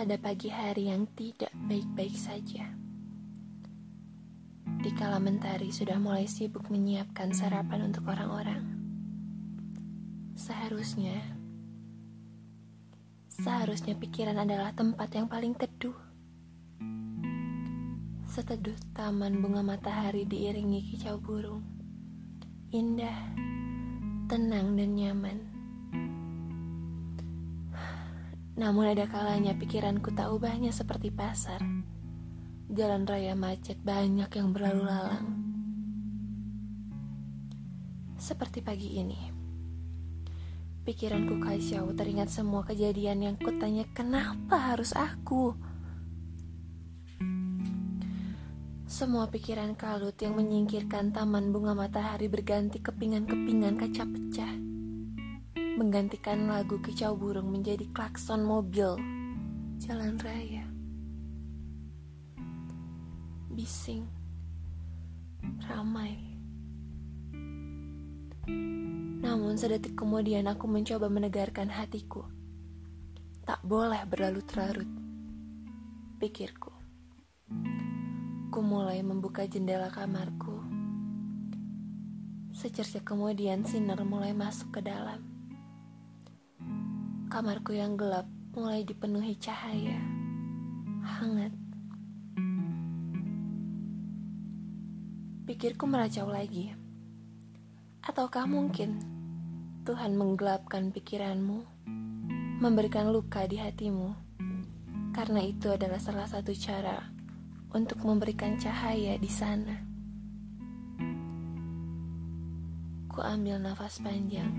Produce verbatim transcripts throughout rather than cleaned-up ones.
pada pagi hari yang tidak baik-baik saja. Di kala mentari sudah mulai sibuk menyiapkan sarapan untuk orang-orang. Seharusnya, seharusnya pikiran adalah tempat yang paling teduh. Seteduh taman bunga matahari diiringi kicau burung. Indah, tenang dan nyaman. Namun ada kalanya pikiranku tak ubahnya seperti pasar. Jalan raya macet, banyak yang berlalu lalang. Seperti pagi ini, pikiranku kacau, teringat semua kejadian yang kutanya kenapa harus aku. Semua pikiran kalut yang menyingkirkan taman bunga matahari berganti kepingan-kepingan kaca pecah. Menggantikan lagu kicau burung menjadi klakson mobil jalan raya. Bising, ramai. Namun sedetik kemudian aku mencoba menegarkan hatiku. Tak boleh berlarut-larut, pikirku. Ku mulai membuka jendela kamarku. Secerca kemudian sinar mulai masuk ke dalam. Kamarku yang gelap mulai dipenuhi cahaya hangat. Pikirku meracau lagi. Ataukah mungkin Tuhan menggelapkan pikiranmu, memberikan luka di hatimu, karena itu adalah salah satu cara untuk memberikan cahaya di sana. Ku ambil nafas panjang.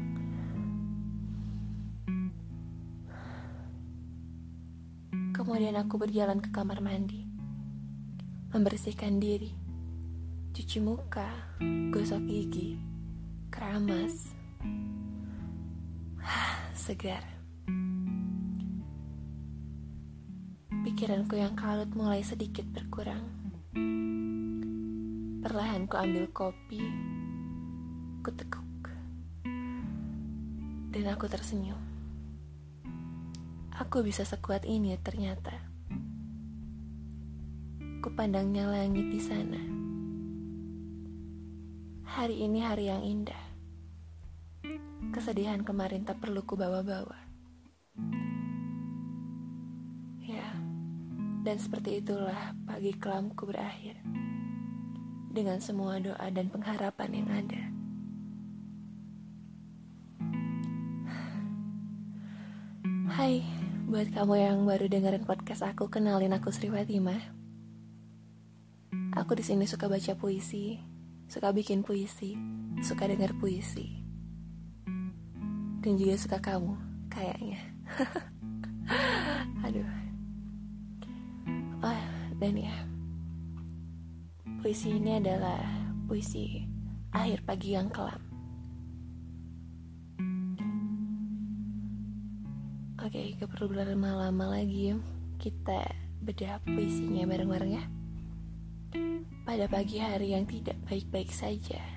Kemudian aku berjalan ke kamar mandi, membersihkan diri, cuci muka, gosok gigi, keramas. Segar. Pikiranku yang kalut mulai sedikit berkurang. Perlahan ku ambil kopi, ku tekuk, dan aku tersenyum. Aku bisa sekuat ini ternyata. Kupandangnya langit di sana. Hari ini hari yang indah. Kesedihan kemarin tak perlu ku bawa-bawa. Ya, dan seperti itulah pagi kelamku berakhir. Dengan semua doa dan pengharapan yang ada. Hai, buat kamu yang baru dengerin podcast aku, kenalin aku Sri Fatimah. Aku di sini suka baca puisi, suka bikin puisi, suka dengar puisi, dan juga suka kamu, kayaknya. Aduh. Oh, dan ya, puisi ini adalah puisi akhir pagi yang kelam. Oke, gak perlu berlama-lama lagi. Kita bedah puisinya bareng-bareng ya. Pada pagi hari yang tidak baik-baik saja,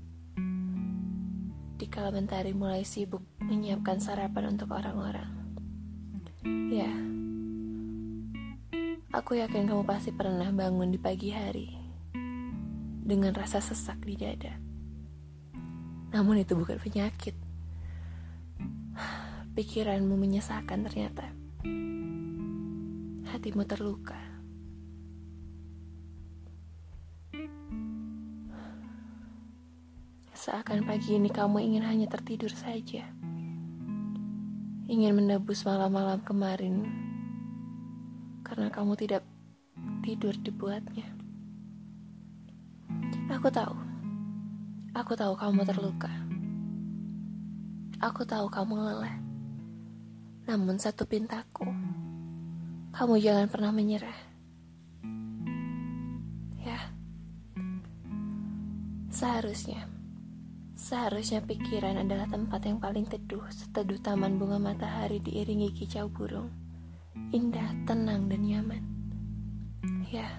di kala mentari mulai sibuk menyiapkan sarapan untuk orang-orang. Ya, aku yakin kamu pasti pernah bangun di pagi hari dengan rasa sesak di dada. Namun itu bukan penyakit. Pikiranmu menyesakan ternyata. Hatimu terluka. Seakan pagi ini kamu ingin hanya tertidur saja. Ingin menebus malam-malam kemarin karena kamu tidak tidur dibuatnya. Aku tahu. Aku tahu kamu terluka. Aku tahu kamu lelah. Namun satu pintaku, kamu jangan pernah menyerah. Ya, seharusnya, seharusnya pikiran adalah tempat yang paling teduh, seteduh taman bunga matahari diiringi kicau burung. Indah, tenang, dan nyaman. Ya,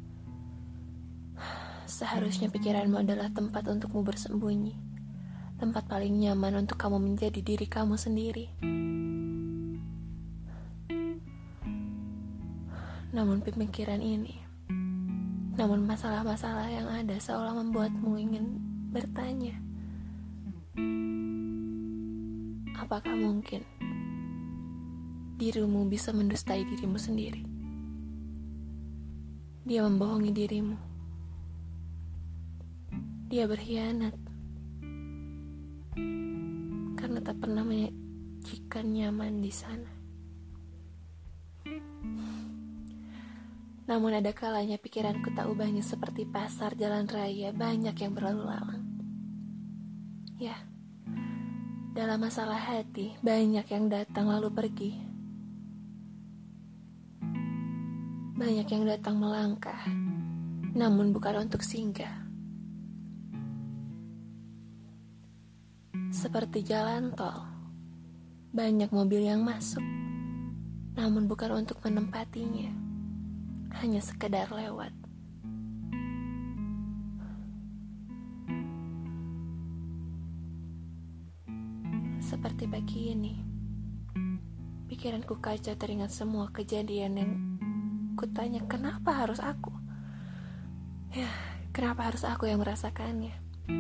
seharusnya pikiranmu adalah tempat untukmu bersembunyi, tempat paling nyaman untuk kamu menjadi diri kamu sendiri. Namun pemikiran ini, namun masalah-masalah yang ada seolah membuatmu ingin bertanya, apakah mungkin dirimu bisa mendustai dirimu sendiri? Dia membohongi dirimu. Dia berkhianat karena tak pernah menyajikan nyaman di sana. Namun ada kalanya pikiranku tak ubahnya seperti pasar jalan raya, banyak yang berlalu lalang. Ya, dalam masalah hati, banyak yang datang lalu pergi. Banyak yang datang melangkah, namun bukan untuk singgah. Seperti jalan tol, banyak mobil yang masuk, namun bukan untuk menempatinya. Hanya sekedar lewat. Seperti pagi ini, pikiranku kacau teringat semua kejadian yang kutanya, kenapa harus aku? Ya, kenapa harus aku yang merasakannya?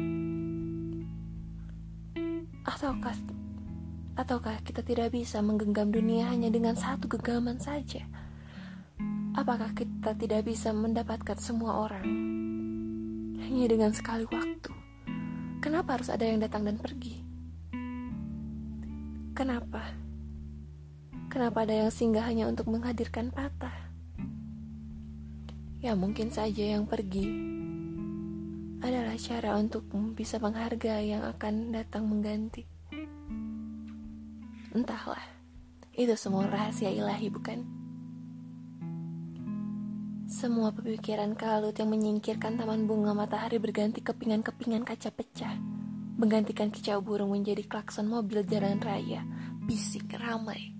Ataukah, ataukah kita tidak bisa menggenggam dunia hanya dengan satu genggaman saja? Apakah kita tidak bisa mendapatkan semua orang hanya dengan sekali waktu? Kenapa harus ada yang datang dan pergi? Kenapa? Kenapa ada yang singgah hanya untuk menghadirkan patah? Ya mungkin saja yang pergi adalah cara untukmu bisa menghargai yang akan datang mengganti. Entahlah, itu semua rahasia ilahi, bukan? Semua pemikiran kalut yang menyingkirkan taman bunga matahari berganti kepingan-kepingan kaca pecah, menggantikan kicau burung menjadi klakson mobil jalan raya, bising ramai.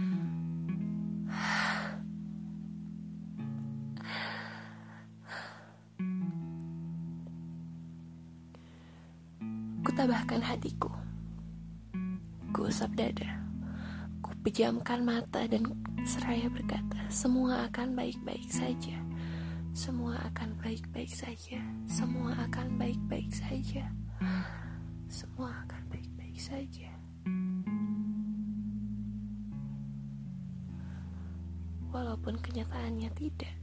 Kutabahkan hatiku, kuusap dada, ku pejamkan mata dan seraya berkata, semua akan baik-baik saja. Semua akan baik-baik saja. Semua akan baik-baik saja. Semua akan baik-baik saja. Walaupun kenyataannya tidak.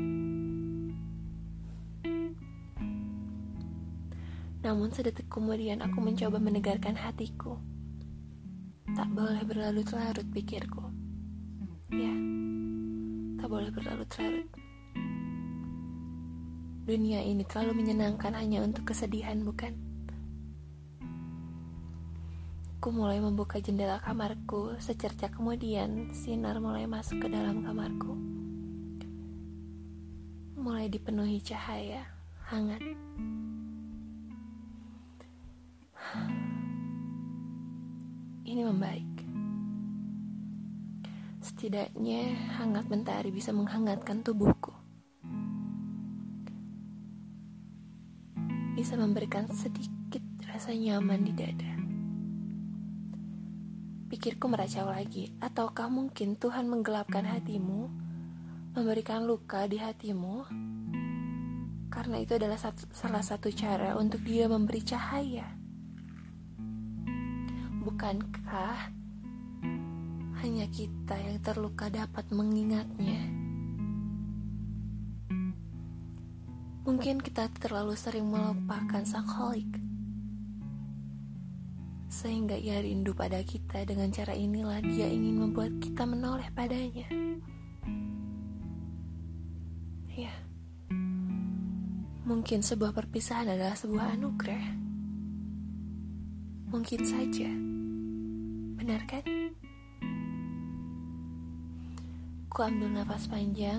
Namun sedetik kemudian aku mencoba menegarkan hatiku. Tak boleh berlarut-larut, pikirku. Ya, tak boleh berlarut-larut. Dunia ini terlalu menyenangkan hanya untuk kesedihan, bukan? Ku mulai membuka jendela kamarku. Secerca kemudian sinar mulai masuk ke dalam kamarku. Mulai dipenuhi cahaya hangat. Ini membaik. Setidaknya hangat mentari bisa menghangatkan tubuhku. Bisa memberikan sedikit rasa nyaman di dada. Pikirku meracau lagi, ataukah mungkin Tuhan menggelapkan hatimu, memberikan luka di hatimu, karena itu adalah satu, salah satu cara untuk Dia memberi cahaya. Bukankah hanya kita yang terluka dapat mengingatnya? Mungkin kita terlalu sering melupakan sang Khalik, sehingga Ia rindu pada kita. Dengan cara inilah Dia ingin membuat kita menoleh padanya. Ya, mungkin sebuah perpisahan adalah sebuah anugerah. Mungkin saja. Benar kan? Ku ambil nafas panjang.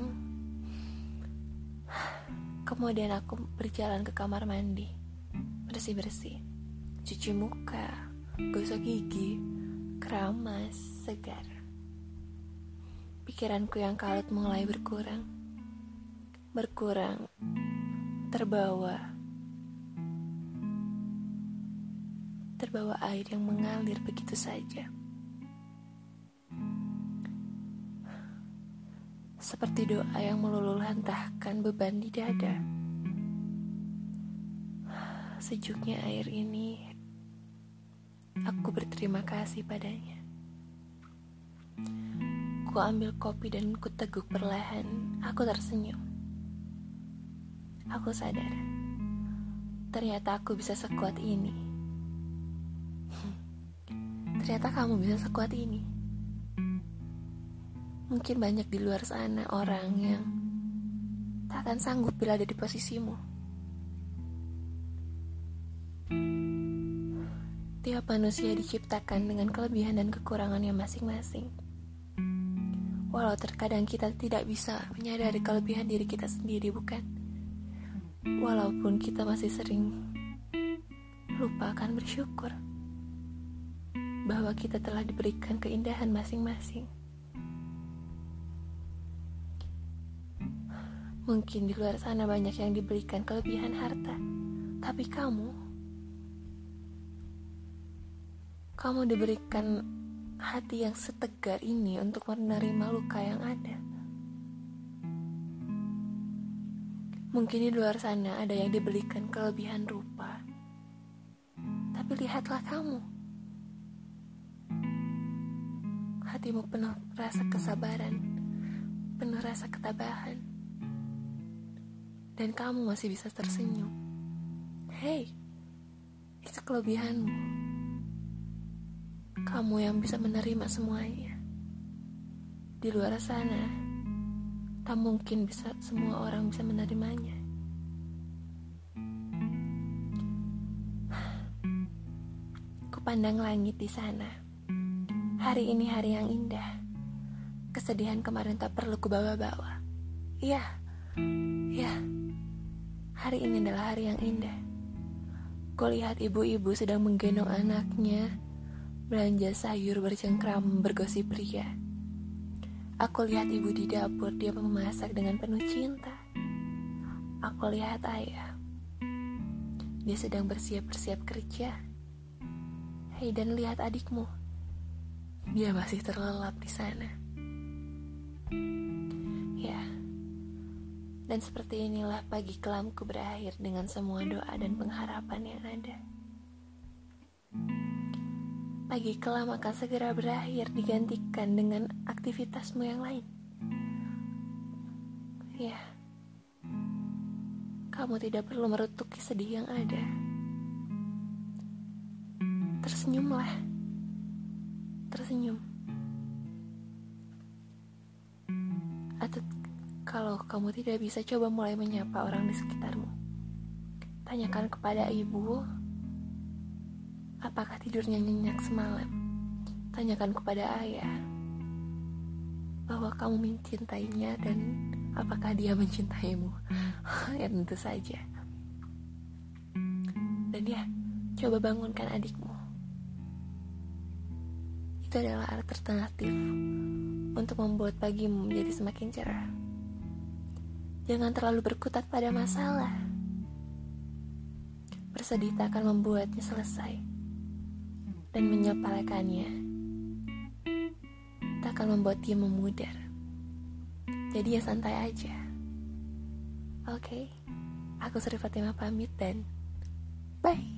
Kemudian aku berjalan ke kamar mandi, bersih-bersih, cuci muka, gosok gigi, keramas, segar. Pikiranku yang kalut mulai berkurang, berkurang, terbawa, terbawa air yang mengalir begitu saja. seperti doa yang meluluh lantahkan beban di dada. Sejuknya air ini, aku berterima kasih padanya. Ku ambil kopi dan ku teguk perlahan. Aku tersenyum. Aku sadar, ternyata aku bisa sekuat ini. Ternyata kamu bisa sekuat ini. Mungkin banyak di luar sana orang yang tak akan sanggup bila ada di posisimu. Tiap manusia diciptakan dengan kelebihan dan kekurangannya masing-masing. Walau terkadang kita tidak bisa menyadari kelebihan diri kita sendiri, bukan? Walaupun kita masih sering lupa akan bersyukur bahwa kita telah diberikan keindahan masing-masing. Mungkin di luar sana banyak yang diberikan kelebihan harta, tapi kamu, kamu diberikan hati yang setegar ini untuk menerima luka yang ada. Mungkin di luar sana ada yang diberikan kelebihan rupa, tapi lihatlah kamu. Hatimu penuh rasa kesabaran, penuh rasa ketabahan, dan kamu masih bisa tersenyum. Hei, itu kelebihanmu. Kamu yang bisa menerima semuanya. Di luar sana, tak mungkin bisa semua orang bisa menerimanya. Kupandang langit di sana. Hari ini hari yang indah. Kesedihan kemarin tak perlu kubawa-bawa. Iya, iya. Hari ini adalah hari yang indah. Kulihat ibu-ibu sedang menggendong anaknya belanja sayur bercengkram bergosip pria. Aku lihat ibu di dapur, dia memasak dengan penuh cinta. Aku lihat ayah, dia sedang bersiap-bersiap kerja. Hei, dan lihat adikmu, dia masih terlelap di sana. Ya, dan seperti inilah pagi kelamku berakhir dengan semua doa dan pengharapan yang ada. Pagi kelam akan segera berakhir, digantikan dengan aktivitasmu yang lain. Ya, kamu tidak perlu merutuki sedih yang ada. Tersenyumlah. Tersenyum. Atau kalau kamu tidak bisa, coba mulai menyapa orang di sekitarmu. Tanyakan kepada ibu, apakah tidurnya nyenyak semalam? Tanyakan kepada ayah bahwa kamu mencintainya dan apakah dia mencintaimu. Ya tentu saja. Dan ya, coba bangunkan adikmu. Itu adalah alternatif untuk membuat pagimu menjadi semakin cerah. Jangan terlalu berkutat pada masalah. Bersedih tak akan membuatnya selesai, dan menyepelekannya tak akan membuat dia memudar. Jadi ya santai aja. Oke, okay? Aku Sri Fatimah pamit dan bye.